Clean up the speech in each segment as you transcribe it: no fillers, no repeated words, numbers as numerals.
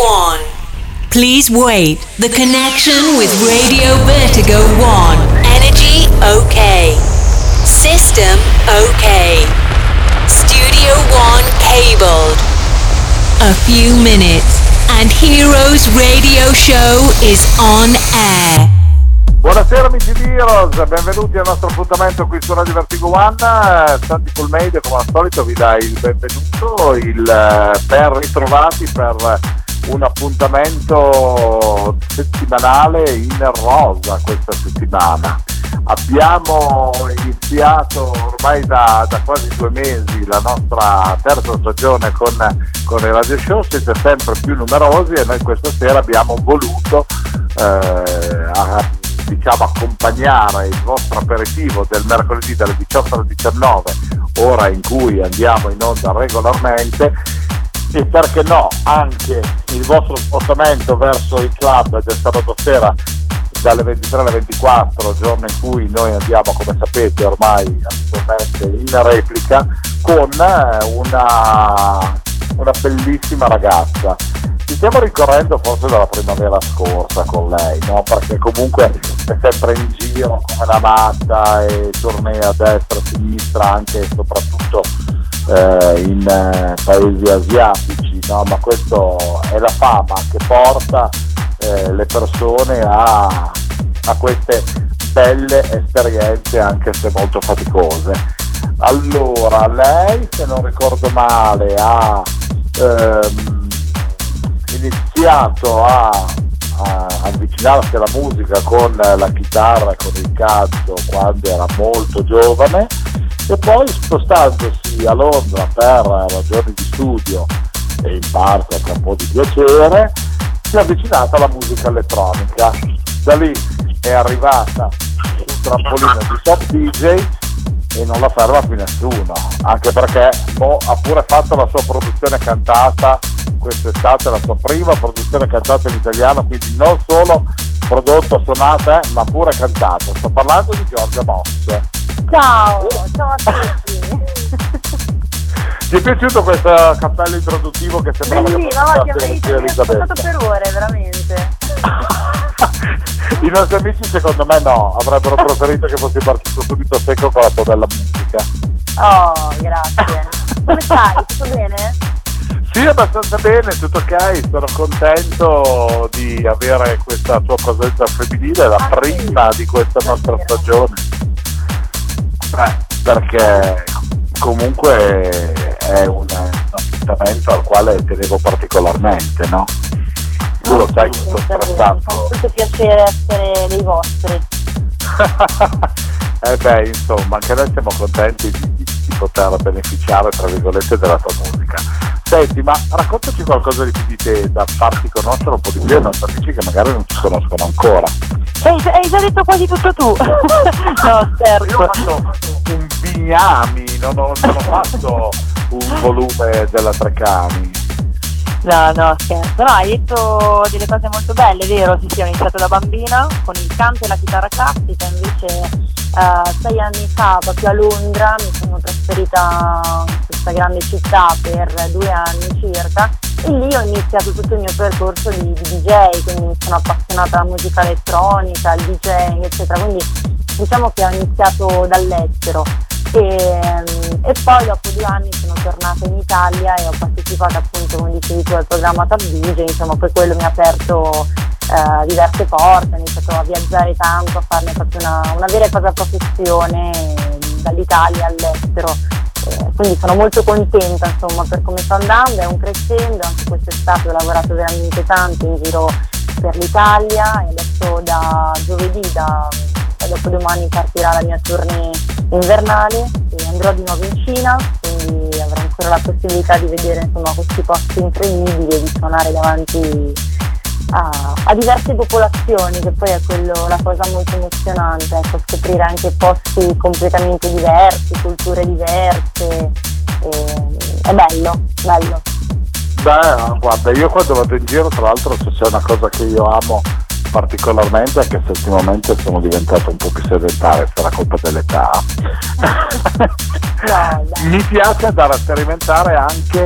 1. Please wait. The connection with Radio Vertigo 1. Energy okay. System okay. Studio 1 cabled. A few minutes and Heroes Radio Show is on air. Buonasera amici di Heroes, benvenuti al nostro appuntamento qui su Radio Vertigo One. Santi Pulmeide come al solito vi dà il benvenuto, ben ritrovati per un appuntamento settimanale in rosa questa settimana. Abbiamo iniziato ormai da quasi 2 mesi la nostra terza stagione con i radio show, siete sempre più numerosi e noi questa sera abbiamo voluto accompagnare il vostro aperitivo del mercoledì dalle 18 alle 19, ora in cui andiamo in onda regolarmente, e perché no anche il vostro spostamento verso il club del sabato sera dalle 23 alle 24, giorno in cui noi andiamo, come sapete ormai attualmente in replica, con una bellissima ragazza. Ci stiamo ricorrendo forse dalla primavera scorsa con lei, no? Perché comunque è sempre in giro come una matta e tournée a destra, a sinistra, anche e soprattutto in paesi asiatici, no? Ma questo è la fama che porta le persone a queste belle esperienze, anche se molto faticose. Allora, lei, se non ricordo male, ha iniziato a avvicinarsi alla musica con la chitarra e con il canto quando era molto giovane, e poi spostandosi a Londra per ragioni di studio e in parte anche un po' di piacere, si è avvicinata alla musica elettronica. Da lì è arrivata sul trampolino di top DJ e non la ferma più nessuno, anche perché ha pure fatto la sua produzione cantata quest'estate, la sua prima produzione cantata in italiano, quindi non solo prodotto, suonata, ma pure cantato. Sto parlando di Giorgia Moss. Ciao a tutti. Ti è piaciuto questo cappello introduttivo che sembrava che ti ho ascoltato per ore, veramente. I nostri amici secondo me no, avrebbero preferito che fossi partito subito secco con la tua bella musica. Oh, grazie. Come stai? Tutto bene? Sì, abbastanza bene, tutto ok, sono contento di avere questa tua presenza femminile, la prima di questa nostra stagione. Perché comunque è un appuntamento al quale tenevo particolarmente, no? Tu lo sai che sto stressando. Fa molto piacere essere dei vostri. Insomma, anche noi siamo contenti di poter beneficiare, tra virgolette, della tua musica. Senti, ma raccontaci qualcosa di più di te, da farti conoscere un po' di più ai nostri amici che magari non ti conoscono ancora. Hai già detto quasi tutto tu. No, certo. Io ho fatto un bignami, non ho fatto un volume della Treccani. No, scherzo. No, hai detto delle cose molto belle, vero? Sì, ho iniziato da bambina con il canto e la chitarra classica, invece 6 anni fa, proprio a Londra, mi sono trasferita in questa grande città per 2 anni circa, e lì ho iniziato tutto il mio percorso di DJ, quindi mi sono appassionata alla musica elettronica, al DJing, eccetera, quindi diciamo che ho iniziato dall'estero. E poi dopo 2 anni sono tornata in Italia e ho partecipato, appunto, come dicevi tu, al programma Top DJ. Insomma, poi quello mi ha aperto diverse porte, ho iniziato a viaggiare tanto, a farne proprio una vera e propria professione dall'Italia all'estero, quindi sono molto contenta, insomma, per come sto andando. È un crescendo, anche quest'estate ho lavorato veramente tanto in giro per l'Italia, e adesso da giovedì, da dopodomani, partirà la mia tournée invernale e andrò di nuovo in Cina, quindi avrò ancora la possibilità di vedere, insomma, questi posti incredibili e di suonare davanti a diverse popolazioni, che poi è la cosa molto emozionante, ecco, scoprire anche posti completamente diversi, culture diverse, è bello. Beh, guarda, io quando vado in giro, tra l'altro, se c'è una cosa che io amo particolarmente è che ultimamente sono diventato un po' più sedentario, per la colpa dell'età. Mi piace andare a sperimentare anche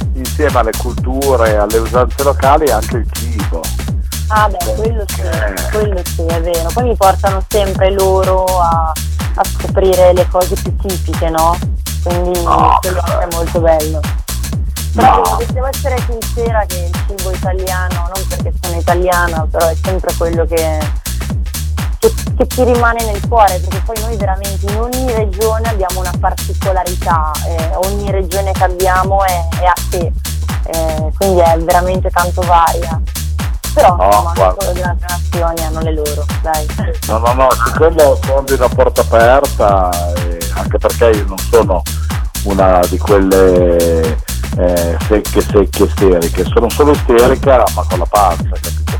insieme alle culture, alle usanze locali, anche il cibo. Ah beh, quello sì, è vero. Poi mi portano sempre loro a scoprire le cose più tipiche, no? Quindi quello è molto bello. Però devo essere sincera che il cibo italiano, non perché sono italiana, però è sempre quello che ti rimane nel cuore, perché poi noi veramente in ogni regione abbiamo una particolarità, ogni regione che abbiamo è a sé, quindi è veramente tanto varia. Però anche le altre nazioni hanno le loro, dai. No, su quello sono di una porta aperta, anche perché io non sono una di quelle secche isteriche, sono solo isterica ma con la panza, capito?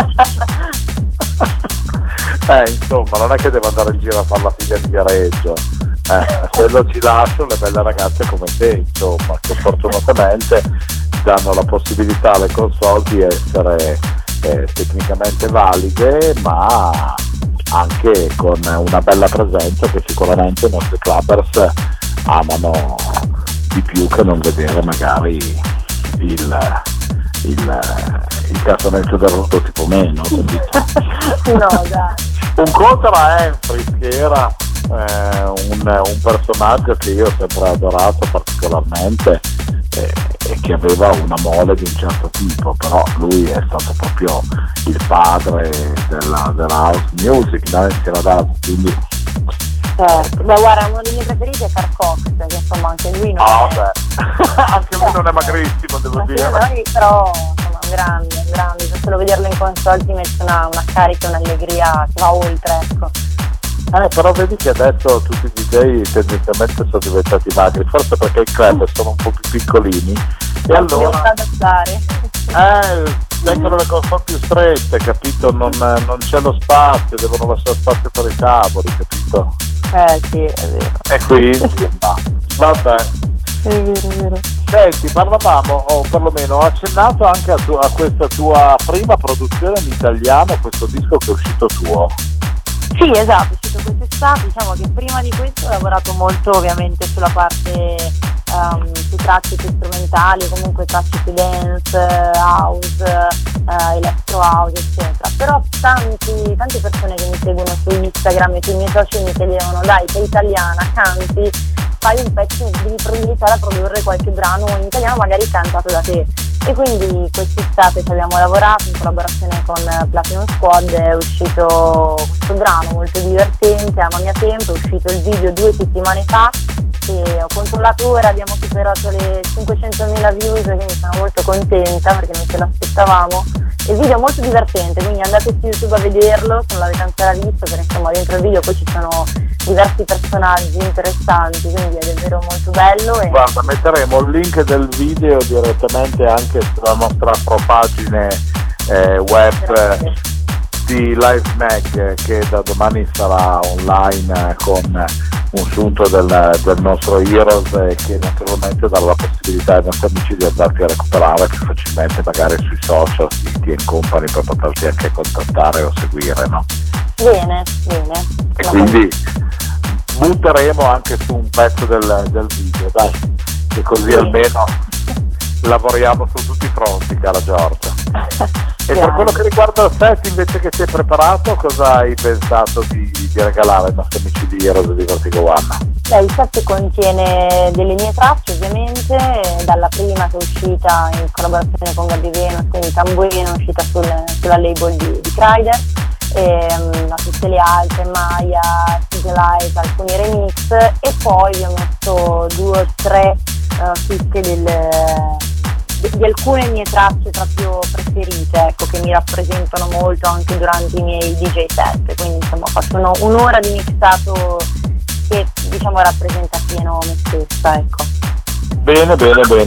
Insomma, non è che devo andare in giro a fare la figa di Viareggio, quello ci lascio le belle ragazze come te, insomma, che fortunatamente danno la possibilità alle console di essere tecnicamente valide, ma anche con una bella presenza che sicuramente i nostri clubbers amano di più che non vedere magari il cassonetto del rotto tipo meno. No, dai. Un conto era Enfris, che era un personaggio che io ho sempre adorato particolarmente, e che aveva una mole di un certo tipo, però lui è stato proprio il padre della house music, no? Insieme ad altri, quindi beh, guarda, uno dei miei preferiti è Carl Cox, che insomma anche lui non è... anche lui non è magrissimo, devo dire. Però insomma un grande, solo vederlo in console ti mette una carica, un'allegria che va oltre, ecco. Però vedi che adesso tutti i DJ tendenzialmente sono diventati magri, forse perché i club sono un po' più piccolini e allora vengono le console più strette, capito? Non c'è lo spazio, devono lasciare spazio per i tavoli, capito? Sì, è vero. E quindi vabbè. È vero. Senti, parlavamo, o perlomeno ho accennato anche a questa tua prima produzione in italiano, questo disco che è uscito tuo. Sì, esatto, è uscito quest'estate. Diciamo che prima di questo ho lavorato molto ovviamente sulla parte su tracce più strumentali, comunque tracce più dance, house, electro house, eccetera. Però tante persone che mi seguono su Instagram e sui miei social mi chiedevano: dai, sei italiana, canti, fai un pezzo, devi iniziare a produrre qualche brano in italiano magari cantato da te. E quindi quest'estate ci abbiamo lavorato in collaborazione con Platinum Squad, è uscito questo brano molto divertente, a mia tempo, è uscito il video 2 settimane fa e ho controllato ora, abbiamo superato le 500.000 views, quindi sono molto contenta perché non ce l'aspettavamo. Il video è molto divertente, quindi andate su YouTube a vederlo se non l'avete ancora visto, perché insomma dentro il video poi ci sono diversi personaggi interessanti, quindi è davvero molto bello. Guarda, metteremo il link del video direttamente anche sulla nostra propagine web di Live Mag, che da domani sarà online con un sunto del nostro Heroes, e che naturalmente darà la possibilità ai nostri amici di andarti a recuperare più facilmente magari sui social, siti e company, per poterti anche contattare o seguire, no? Bene. E quindi butteremo anche su un pezzo del video, dai, che così almeno lavoriamo su tutti i fronti, cara Giorgia. E per quello che riguarda il set, invece, che si è preparato, cosa hai pensato di regalare ai nostri amici di Heroes di Vertigo One? Il set contiene delle mie tracce, ovviamente, dalla prima che è uscita in collaborazione con Gabby Venus, quindi Tambuino, è uscita sulla label di Kryder, e a tutte le altre, Maya, Light, alcuni remix, e poi vi ho messo 2 o 3 chicche di alcune mie tracce proprio preferite, ecco, che mi rappresentano molto anche durante i miei DJ set, quindi insomma faccio un'ora di mixato che diciamo rappresenta pieno me stessa, ecco. Bene.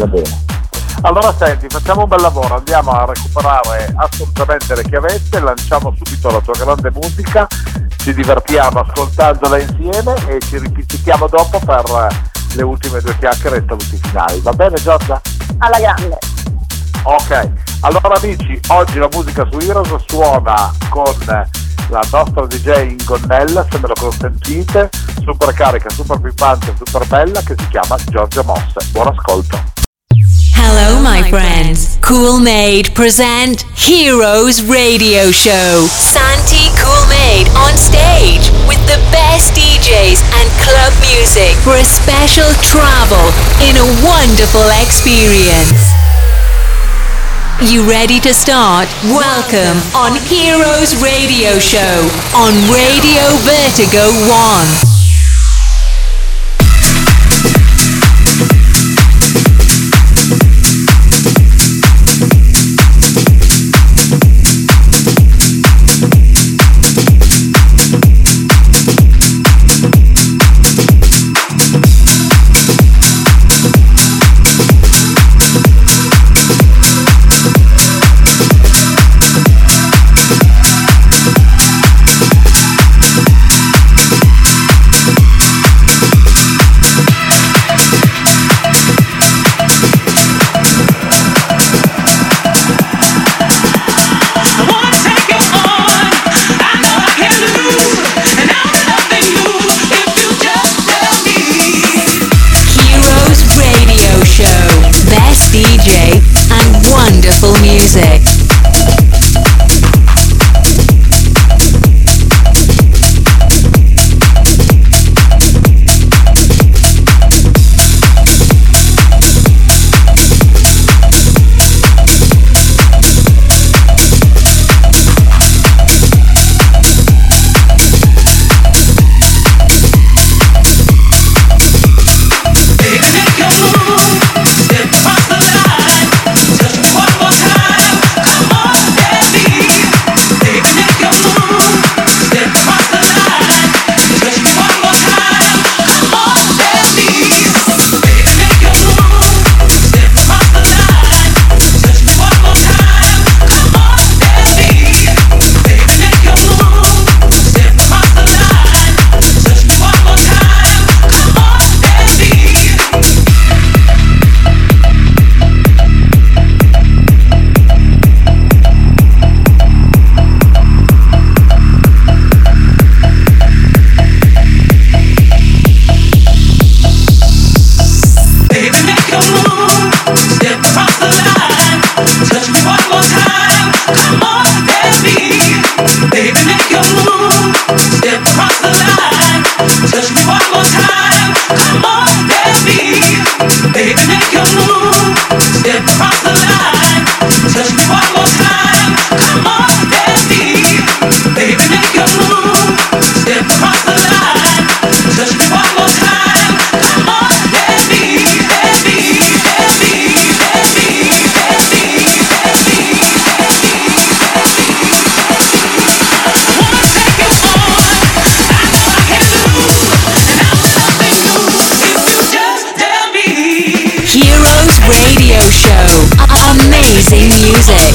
Allora senti, facciamo un bel lavoro, andiamo a recuperare assolutamente le chiavette, lanciamo subito la tua grande musica, ci divertiamo ascoltandola insieme e ci ripizzichiamo dopo per le ultime 2 chiacchiere e saluti finali. Va bene, Giorgia? Alla grande. Ok, allora amici, oggi la musica su Heroes suona con la nostra DJ Ingonnella, se me lo consentite, super carica, super pimpante, super bella, che si chiama Giorgia Mosse. Buon ascolto. Hello, my friends. Cool-Made present Heroes Radio Show. Santi Cool-Made on stage with the best DJs and club music for a special travel in a wonderful experience. You ready to start? Welcome on Heroes Radio Show on Radio Vertigo 1. DJ and wonderful music. Amazing music.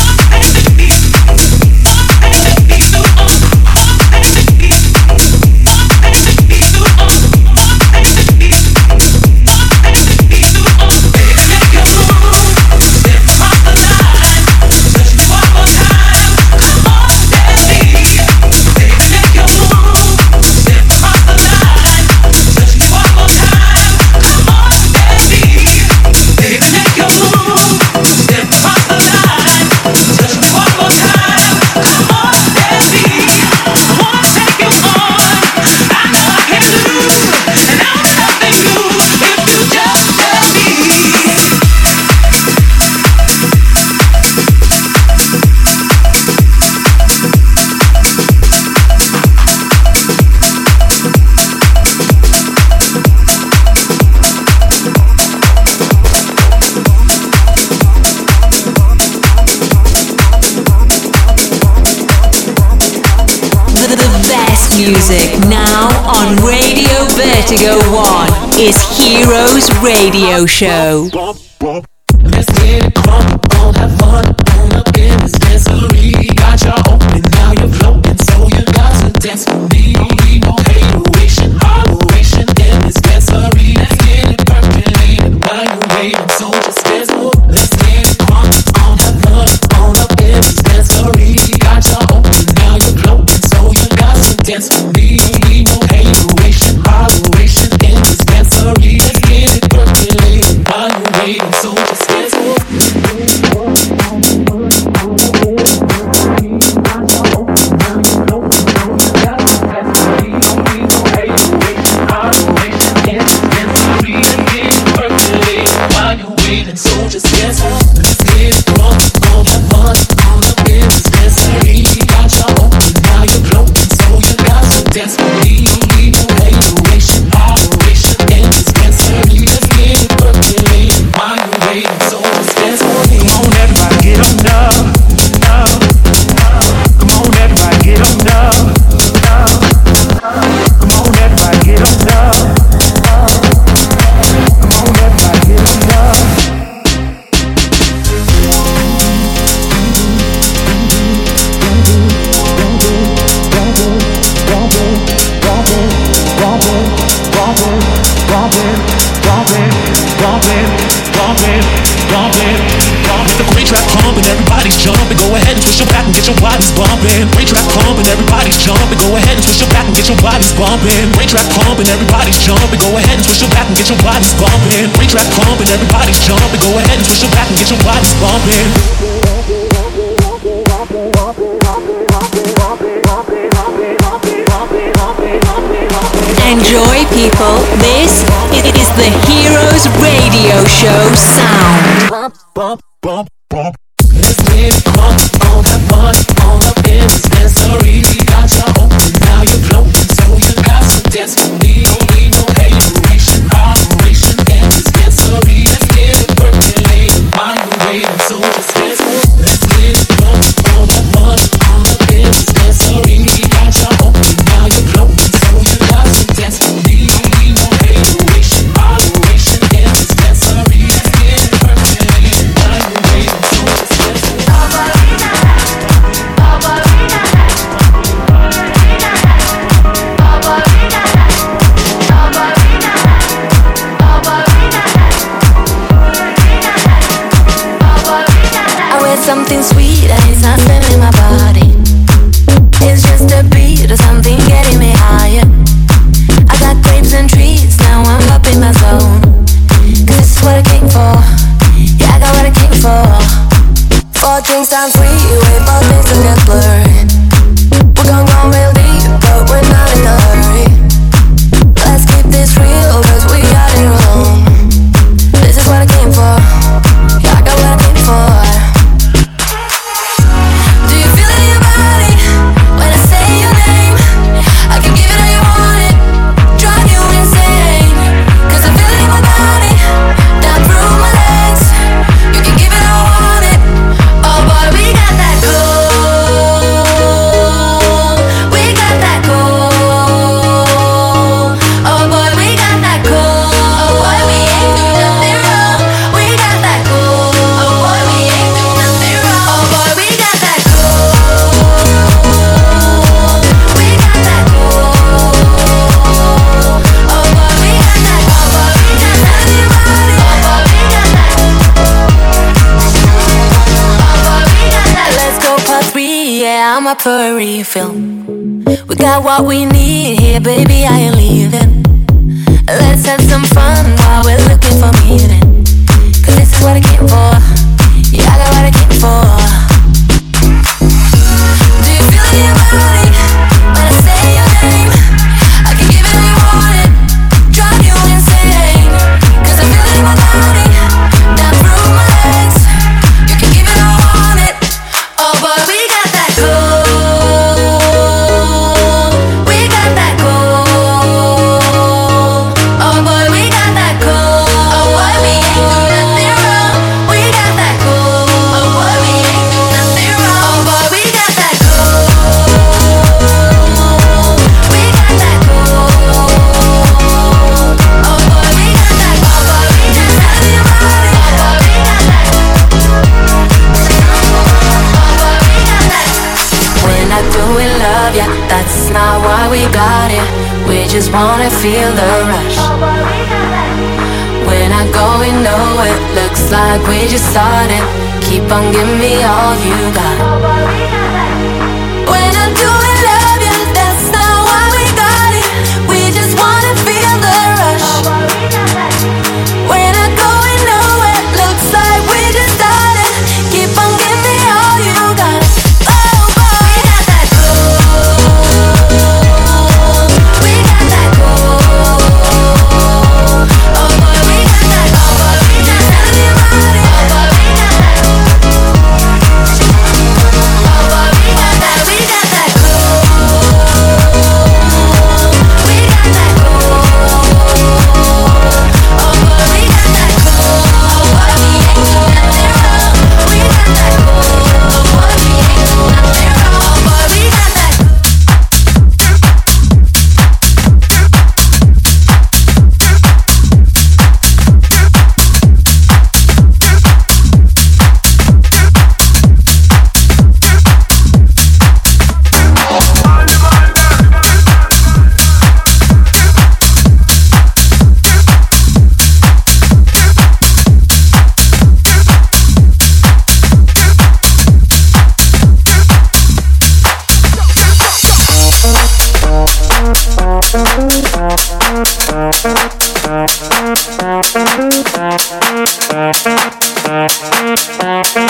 Music now on Radio Vertigo 1 is Heroes Radio Show. Let's get it on, have fun, up in this dancery. Got you open, now you're floating, so you got to dance for me. No hateration, holleration in this dancery. Let's get it percolated while you're waiting, so just dance more. Let's get it on, have fun, up in this dancery. Got you open, now you're floating, so you got to dance for me. No hateration, holleration in this dancery. Let's get it percolated while you're waiting, so just dance. dance. Let's get it drunk, gon' have fun. All up in this dancery. Got you open, now you're floating, so you got to dance with me. No hateration, operation in this dancery. Let's get it percolating while you're waiting, so let's dance with me. Come on, everybody, get up now. Come on, everybody, get up now. Come on, everybody, get up now. Come on, everybody, get up now. With the great track pumping, everybody's jumping. Go ahead and twist your back and get your bodies bumping. Great track pumping, everybody's jumping. Go ahead and twist your back and get your bodies bumping. Great track pumping, everybody's jumping. Go ahead and twist your back and get your bodies bumping. Great track pumping, everybody's jumping. Go ahead and twist your back and get your bodies bumping. Enjoy, people. This is the Heroes Radio Show sound. Bump, bump, bump, bump. Let's get it crunk, on that fun, all up in this dancery. Got you open, now you're floating, so you got to dance with me. Don't need no hateration, operation in this dancery. Let's get it percolating while you're waiting, so let's dance. Let's get it crunk, on that fun, all up in this dancery. Got you open, now you're floating, so you got to dance with me. Don't need no hateration, operation in this dancery. Let's get it percolating while you're waiting, so let's dance. Something sweet and it's not spinning my body. It's just a beat or something getting me higher. I got grapes and trees, now I'm up in my zone. 'Cause this is what I came for. Yeah, I got what I came for. 4 drinks times 3, wait for things to get blurry. We're gon' go real deep, but we're not in a hurry. Let's keep this real, 'cause we got it wrong. This is what I came for. Yeah, I got what I came for. I'm up for a refill. We got what we need here, baby, I ain't leaving. Let's have some fun while we're looking for meaning. 'Cause this is what I came for. Yeah, I got what I came for. Do you feel it in your body when I say your name? I can give it all you want it, drive you insane. 'Cause I feel it in my body, down through my legs. You can give it all you want it. Oh boy, we got that cool. That's not why we got it. We just wanna feel the rush. We're not going nowhere. Looks like we just started. Keep on giving me all you got. We're not doing love yet. That's not why we got it. We just wanna feel the rush. We're not going nowhere. Looks like we just started. Keep on giving me all you got. Oh boy, we got that cool. We got that cool. Oh boy, we got that. Oh boy, we just feel it in your body. Oh boy,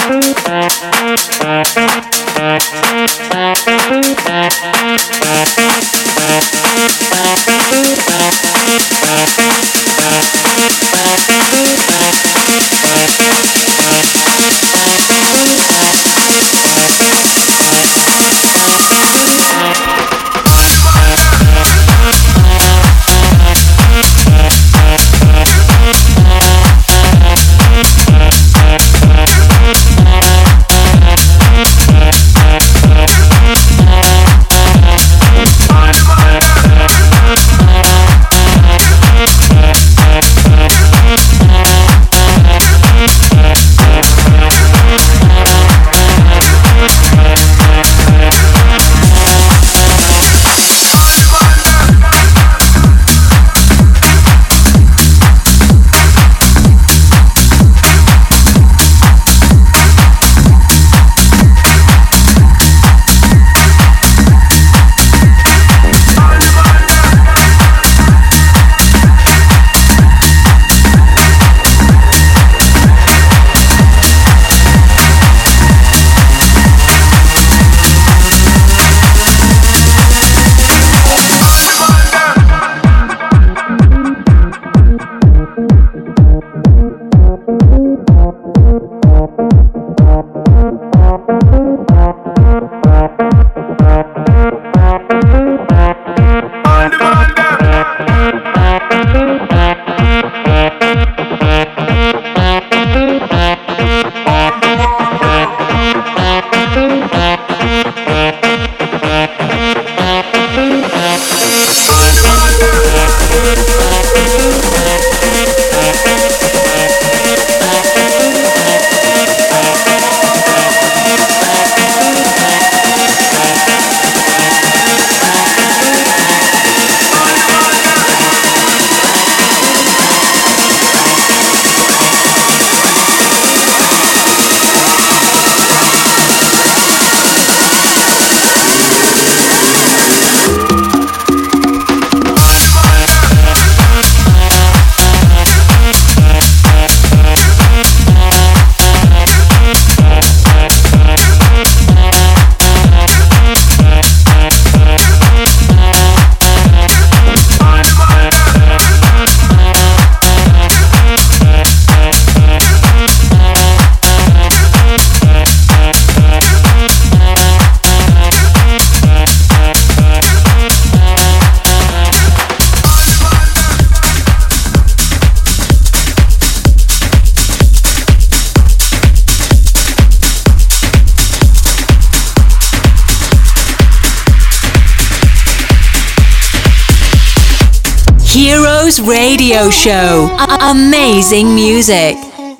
Heroes Radio Show. Amazing music.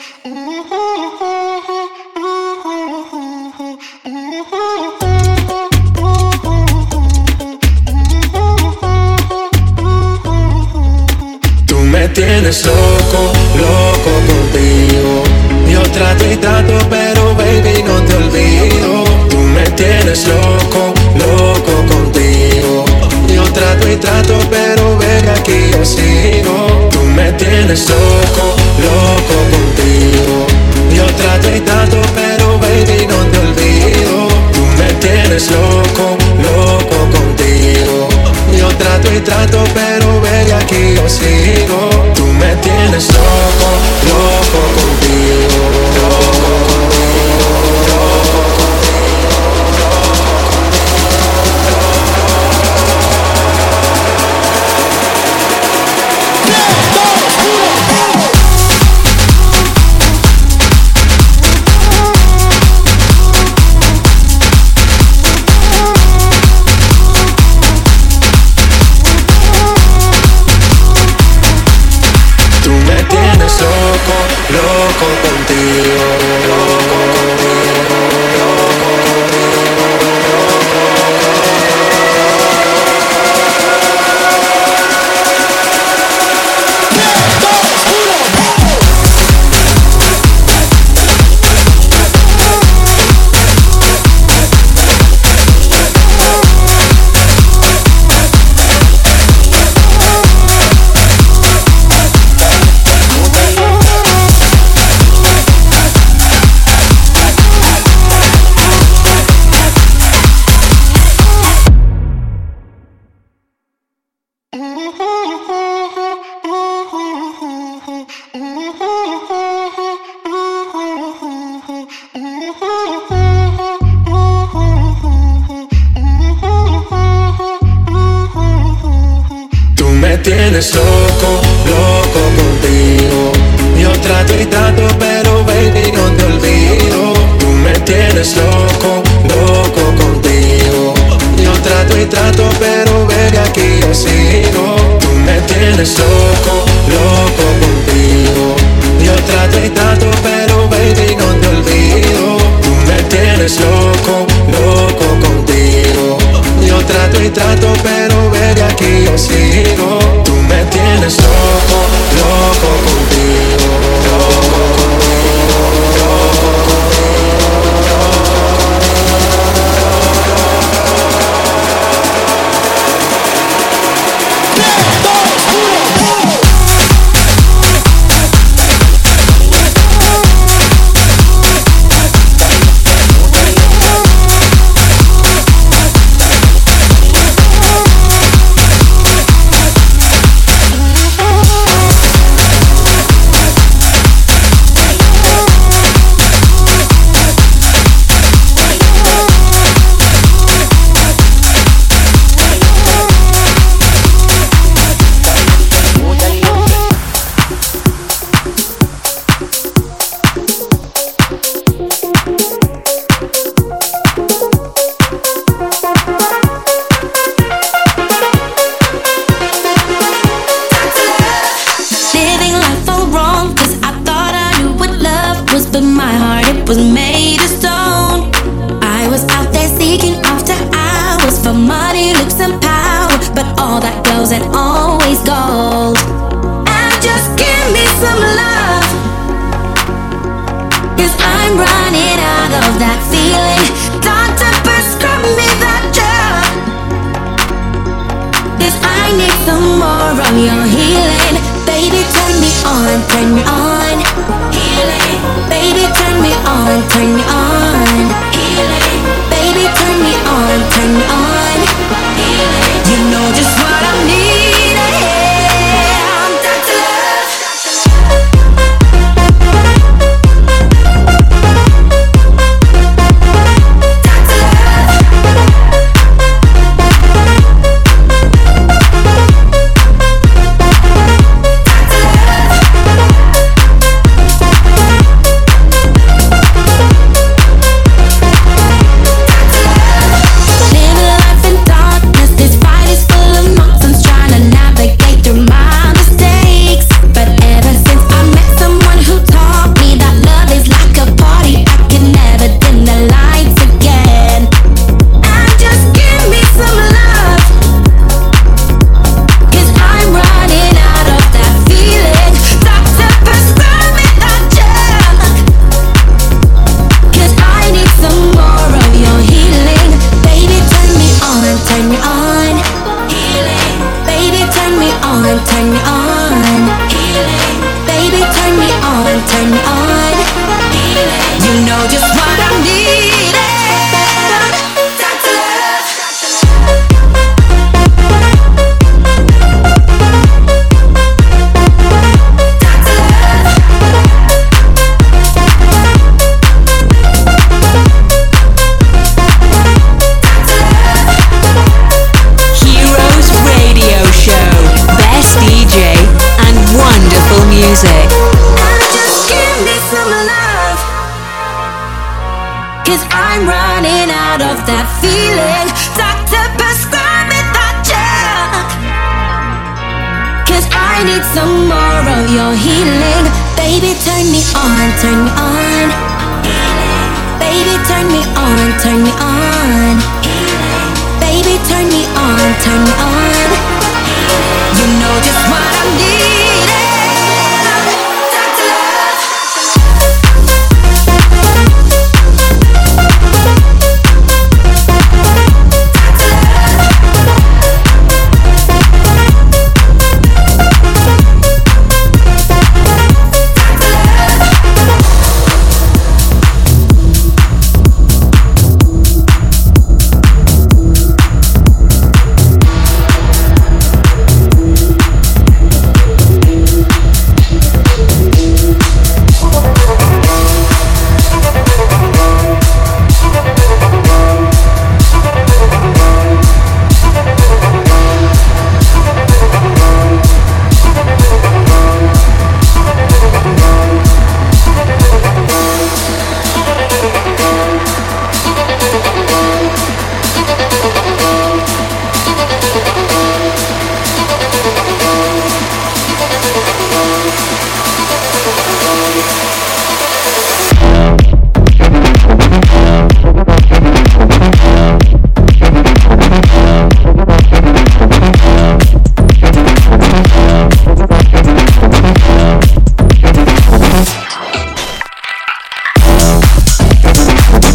Tú me tienes loco, loco contigo. Yo trato y trato, pero baby no te olvido. Tú me tienes loco, loco contigo. Yo trato y trato, pero ven aquí yo sigo. Tú me tienes loco, loco contigo. Yo trato y trato, pero baby no te olvido. Tú me tienes loco, loco contigo. Yo trato y trato, pero ven aquí yo sigo. Tú me tienes loco, loco contigo. Loco. Tú me tienes loco, loco contigo. Yo trato y trato, pero baby no te olvido. Tú me tienes loco, loco contigo. Yo trato y trato, pero baby aquí yo sigo. Tú me tienes loco, loco contigo. Yo trato y trato, pero baby no te olvido. Tú me tienes loco, loco contigo. Yo trato y trato, pero baby aquí yo sigo. Tú me tienes loco, loco contigo. Loco contigo, loco was made of stone. I was out there seeking after hours for money, looks and power, but all that glows and always gold. And just give me some love, 'cause I'm running out of that feeling. Doctor, prescribe me that drug, 'cause I need some more of your healing. Baby, turn me on, turn me on. Healing. Baby, turn me on, turn me on. Healing. Baby, turn me on, turn me on. Healing. You know just what I need. I'm Dr. Love. Dr.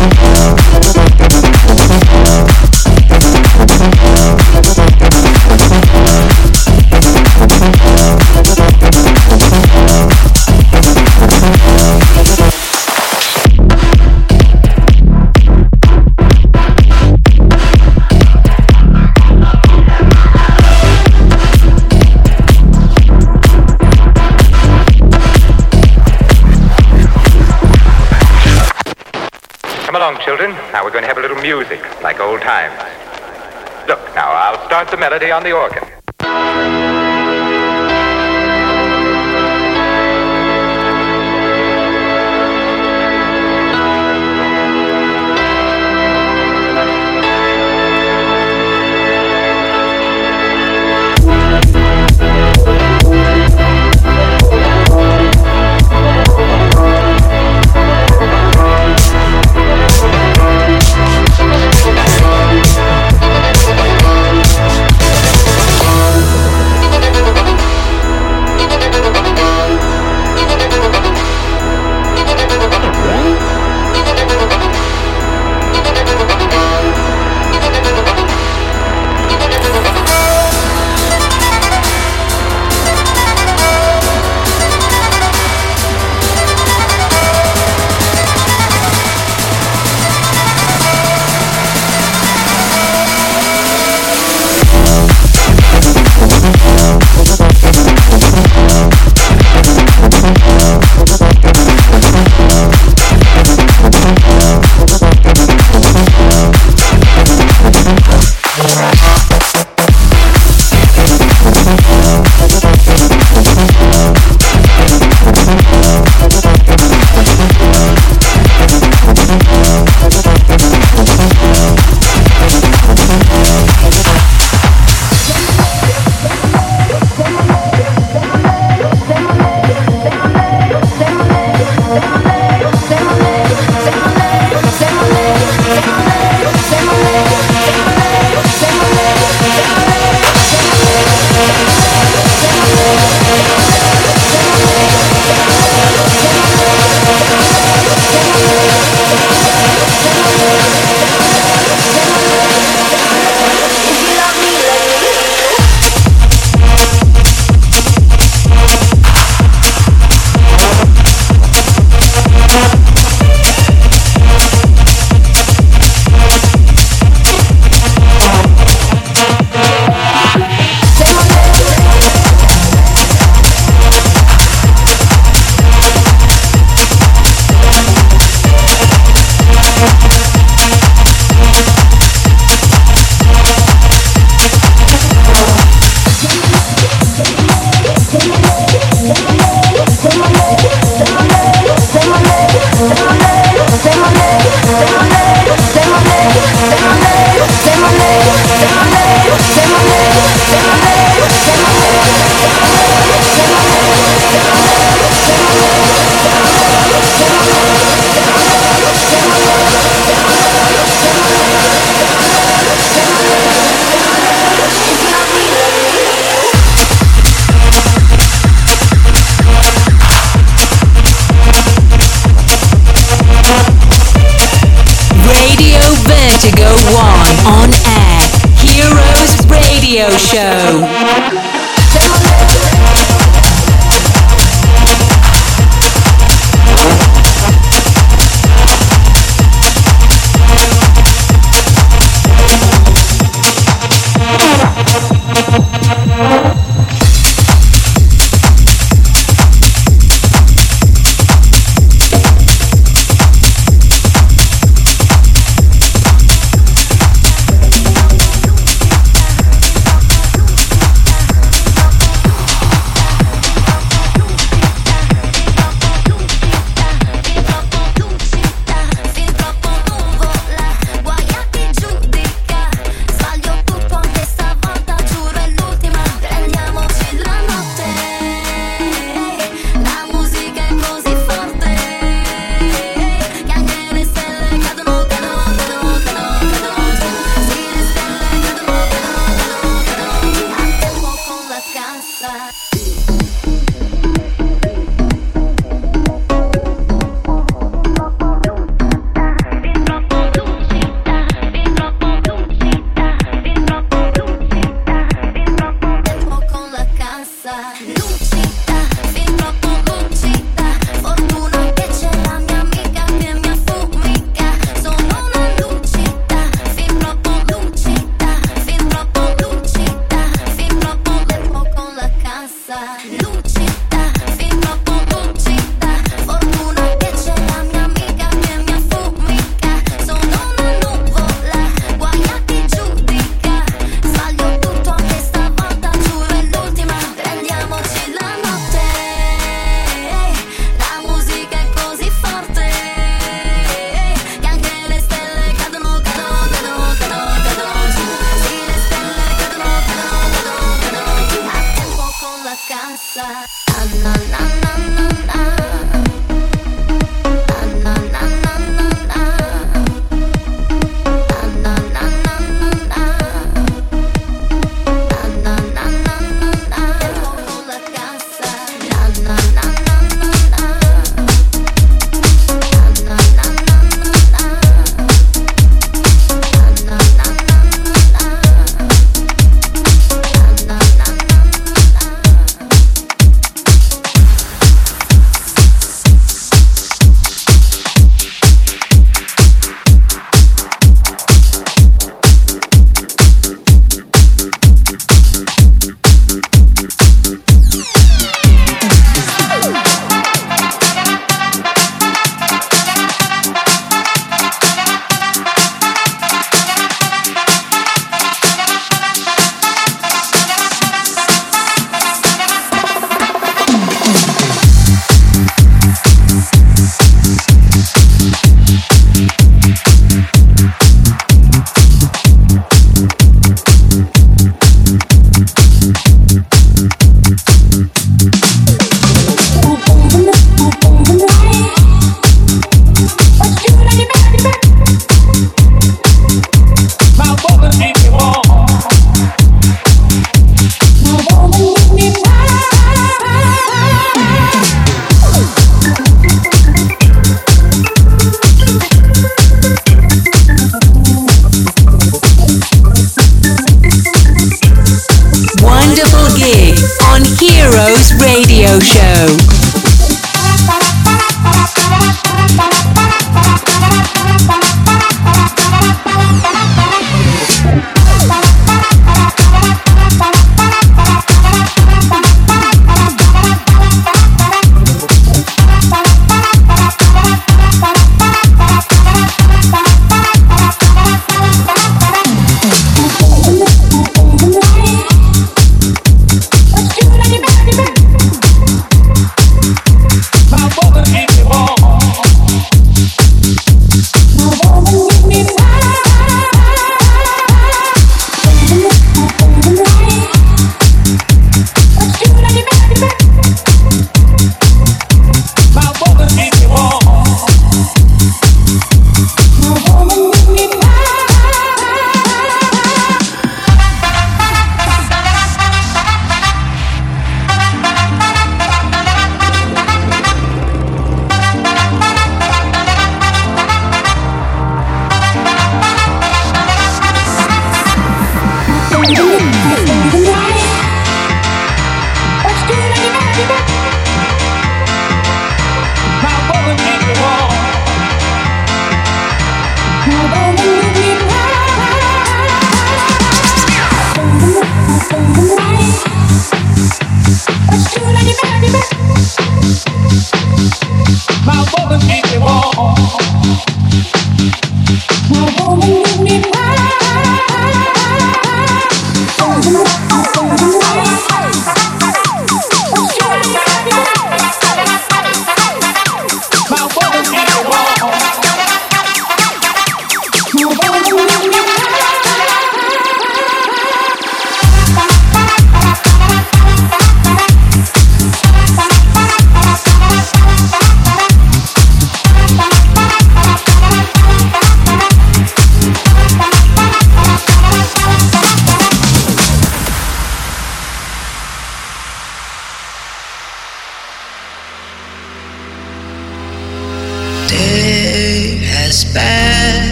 Children, now we're going to have a little music, like old times. Look, now I'll start the melody on the organ. Show. Radio Show.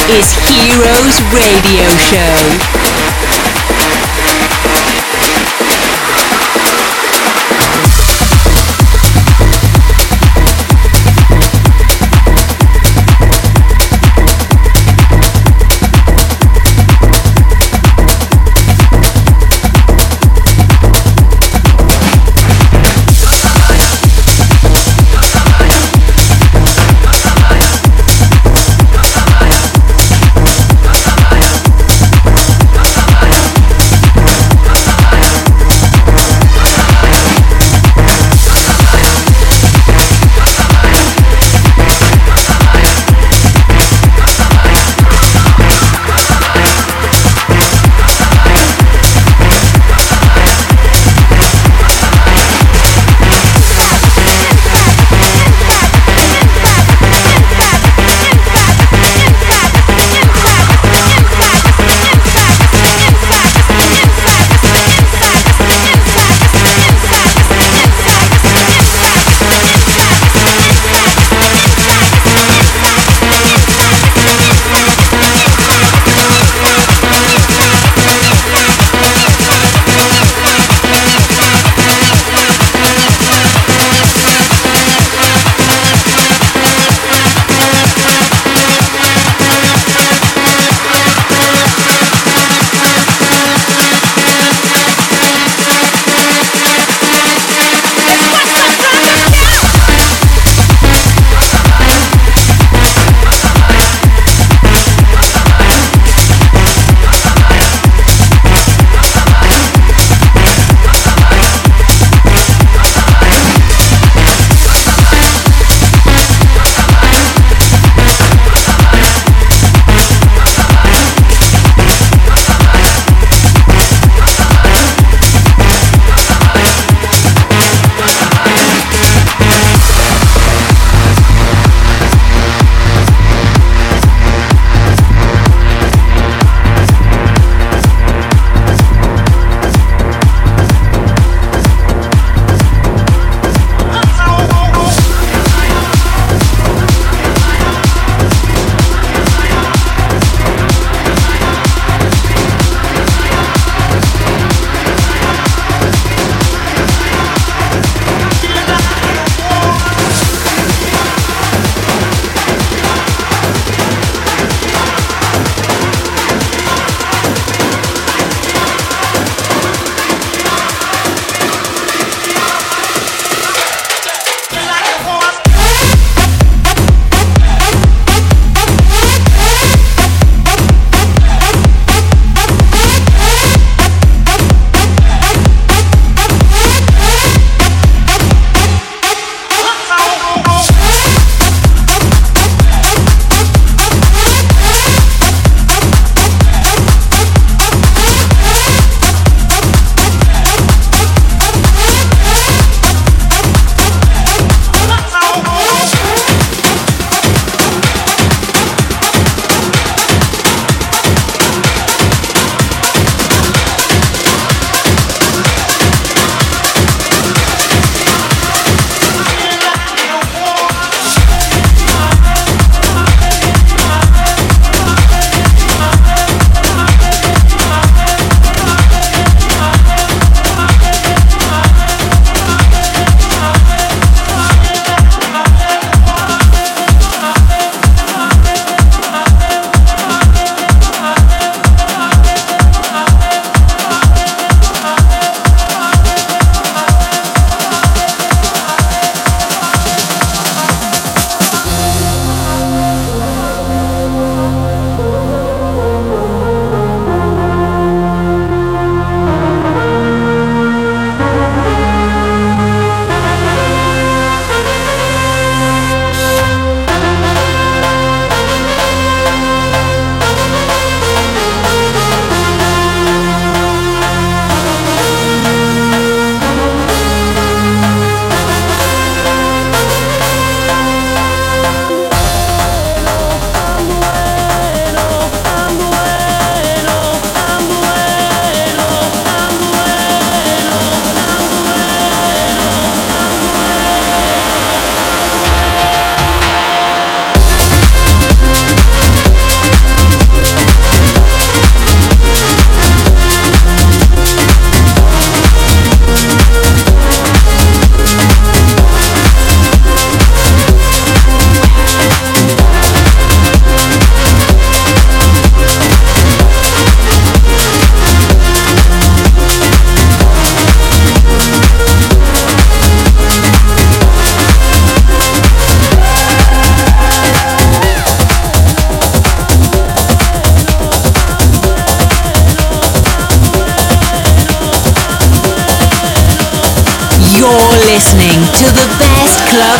is Heroes Radio Show.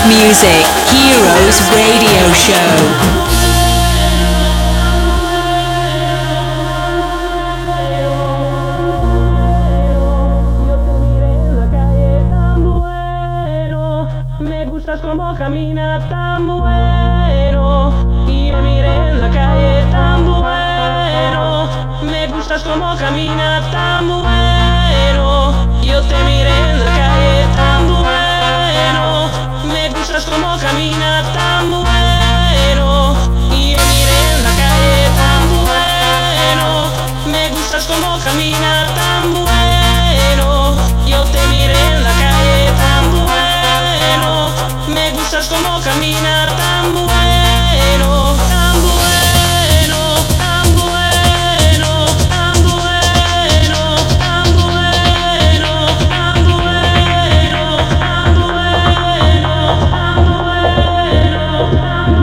music. Heroes Radio Show. Como camina tan bueno y yo miré en la calle tan bueno. Me gustas como camina tan bueno. Yo te miré en la calle tan bueno. Me gustas como camina tan bueno. Y yo miré en la calle tan bueno. Me gustas como camina tan bueno. Yo te miré en la calle tan bueno. Me gustas como camina tan bueno, tan bueno, tan bueno, tan bueno, tan bueno, tan bueno, tan bueno, tan bueno, tan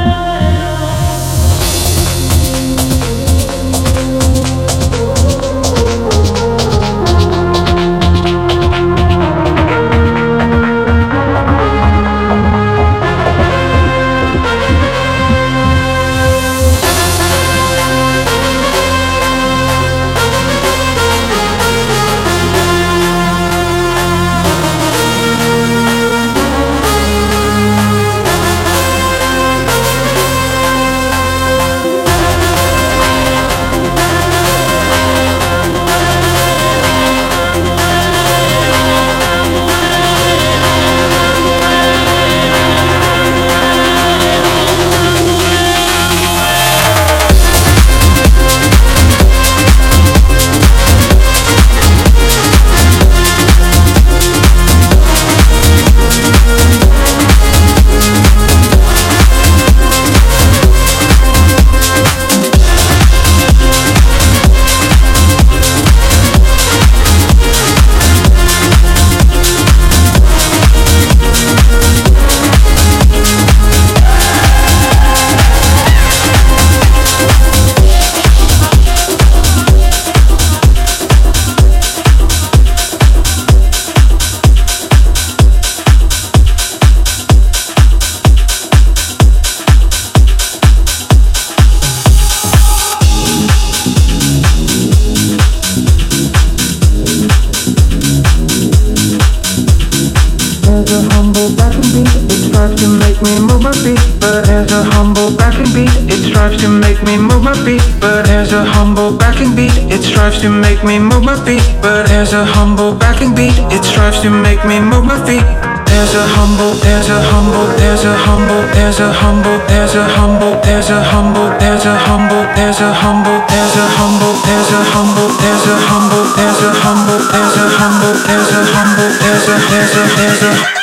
to make me move my feet, but as a humble backing beat, it strives to make me move my feet. There's a humble, there's a humble, there's a humble, there's a humble, there's a humble, there's a humble, there's a humble, there's a humble, there's a humble, there's a humble, there's a humble, there's a humble, there's a humble, there's a humble, there's a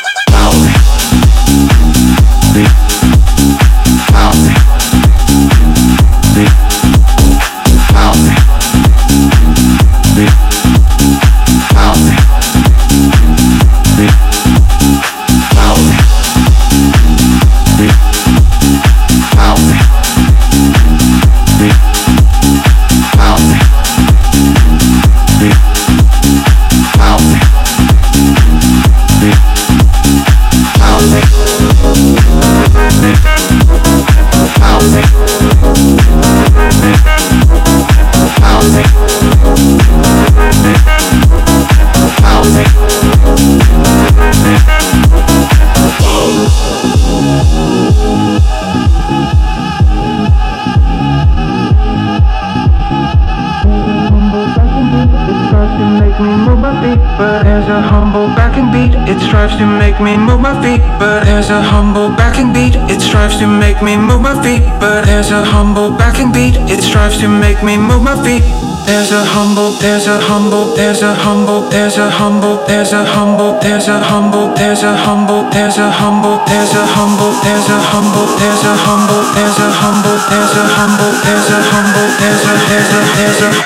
to make me move my feet, but as a humble backing beat, it strives to make me move my feet, but as a humble backing beat, it strives to make me move my feet. There's a humble, there's a humble, there's a humble, there's a humble, there's a humble, there's a humble, there's a humble, there's a humble, there's a humble, there's a humble, there's a humble, there's a humble, there's a humble, there's a humble, there's a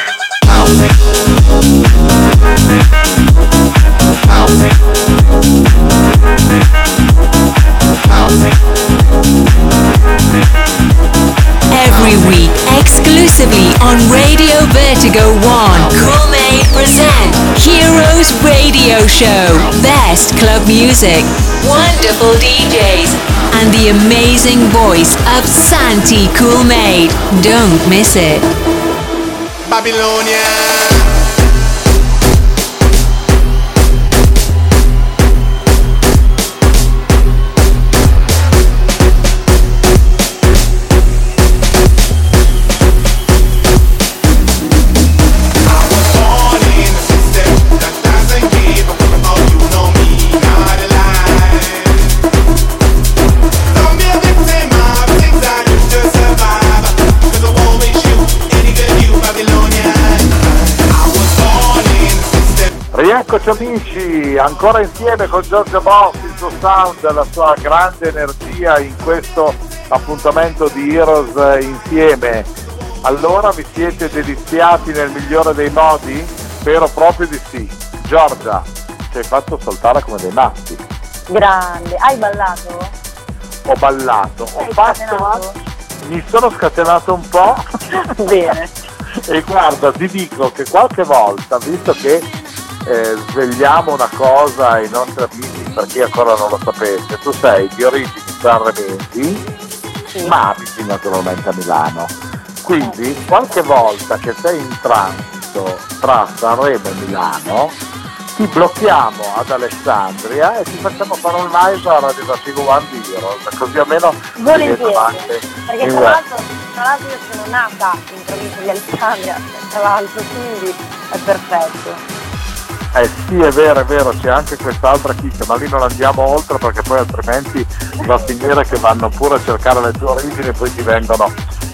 every week exclusively on Radio Vertigo 1. Cool Made present Heroes Radio Show. Best club music, wonderful DJs, and the amazing voice of Santi Cool Made. Don't miss it. Babilonia. Rieccoci amici, ancora insieme con Giorgio Boss, il suo sound, la sua grande energia in questo appuntamento di Heroes insieme. Allora vi siete deliziati nel migliore dei modi? Spero proprio di sì. Giorgia, ci hai fatto saltare come dei matti. Grande, hai ballato? Ho ballato, Sei scatenato? Mi sono scatenato un po'. Bene. E guarda, ti dico che qualche volta, visto che svegliamo una cosa ai nostri amici, per chi ancora non lo sapesse, tu sei di origini sanremesi, Sì. ma abiti naturalmente a Milano, quindi qualche volta che sei in transito tra Sanremo e Milano ti blocchiamo ad Alessandria e ti facciamo fare un live a Radio Vertigo One di Heroes, così almeno ti Volentieri, vedo anche perché in tra web. l'altro io sono nata in provincia di Alessandria, tra l'altro, quindi è perfetto. Sì, è vero, c'è anche quest'altra chicca, ma lì non andiamo oltre perché poi altrimenti va a finire che vanno pure a cercare le tue origini e poi ti vengono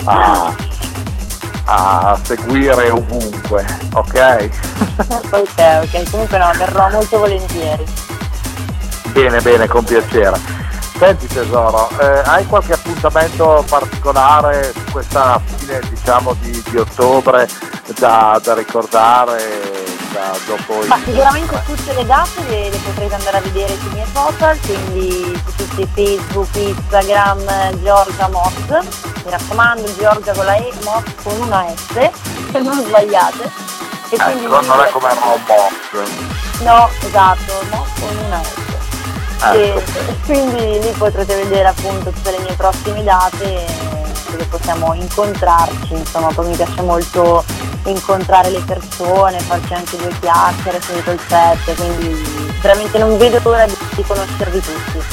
a seguire ovunque, ok? Ok, comunque no, verrò molto volentieri. Bene, con piacere. Senti tesoro, hai qualche appuntamento particolare su questa fine diciamo di ottobre da ricordare? Dopo Ma sicuramente tutte le date le potrete andare a vedere sui miei social, quindi su tutti Facebook, Instagram, Giorgia Moss, mi raccomando Giorgia con la E, Moss con una S, se non sbagliate. E quindi non è come Moss. No, esatto, Moss con una S. E quindi lì potrete vedere appunto tutte le mie prossime date dove possiamo incontrarci, insomma poi mi piace molto incontrare le persone, farci anche due chiacchiere, finito il set, quindi veramente non vedo l'ora di conoscervi tutti.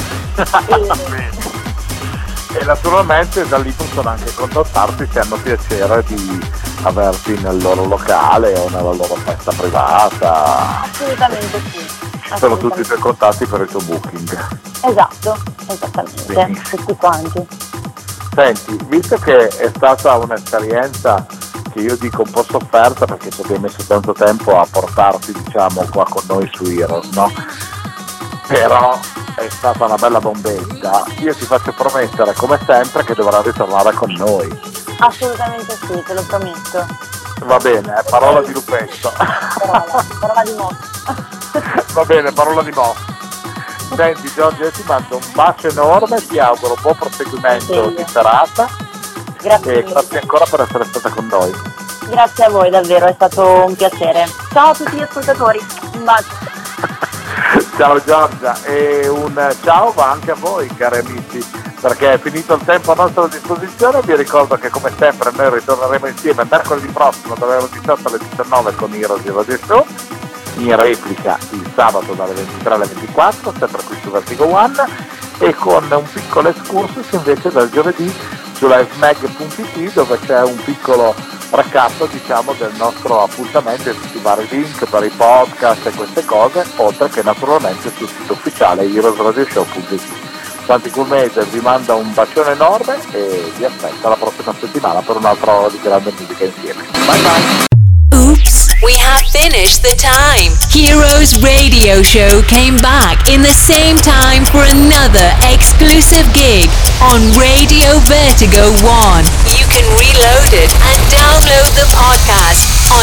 E naturalmente da lì possono anche contattarti se hanno piacere di averti nel loro locale o nella loro festa privata. Assolutamente sì. Ci sono tutti i tuoi contatti per il tuo booking. Esatto, esattamente, Benissimo. tutti quanti. Senti, visto che è stata un'esperienza che io dico un po' sofferta perché ci abbiamo messo tanto tempo a portarti diciamo qua con noi su Heroes, no? Però è stata una bella bombetta, io ti faccio promettere come sempre che dovrai ritornare con noi. Assolutamente sì, te lo prometto. Va bene, parola di lupetto. Parola di mosso. Va bene, parola di mo. Senti Giorgio, io ti mando un bacio enorme, ti auguro buon proseguimento di serata. Grazie e mille. grazie ancora per essere stata con noi. Grazie a voi, davvero, è stato un piacere. Ciao a tutti gli ascoltatori, un bacio. Ciao Giorgia e un ciao va anche a voi cari amici, perché è finito il tempo a nostra disposizione. Vi ricordo che come sempre noi ritorneremo insieme mercoledì prossimo dalle ore 18 alle 19 con Heroes Radio Show, in replica il sabato dalle 23 alle 24 sempre qui su Vertigo One, e con un piccolo excursus invece dal giovedì su livemag.it dove c'è un piccolo recap diciamo del nostro appuntamento e tutti i vari link per i podcast e queste cose, oltre che naturalmente sul sito ufficiale heroesradioshow.it. Santi Cool Made vi manda un bacione enorme e vi aspetta la prossima settimana per un'altra ora di grande musica insieme. Bye bye! Oops, we have finished the time. Heroes Radio Show came back in the same time for another exclusive gig on Radio Vertigo 1. You can reload it and download the podcast on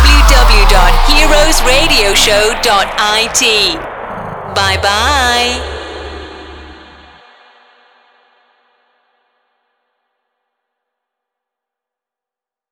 www.heroesradioshow.it. Bye bye.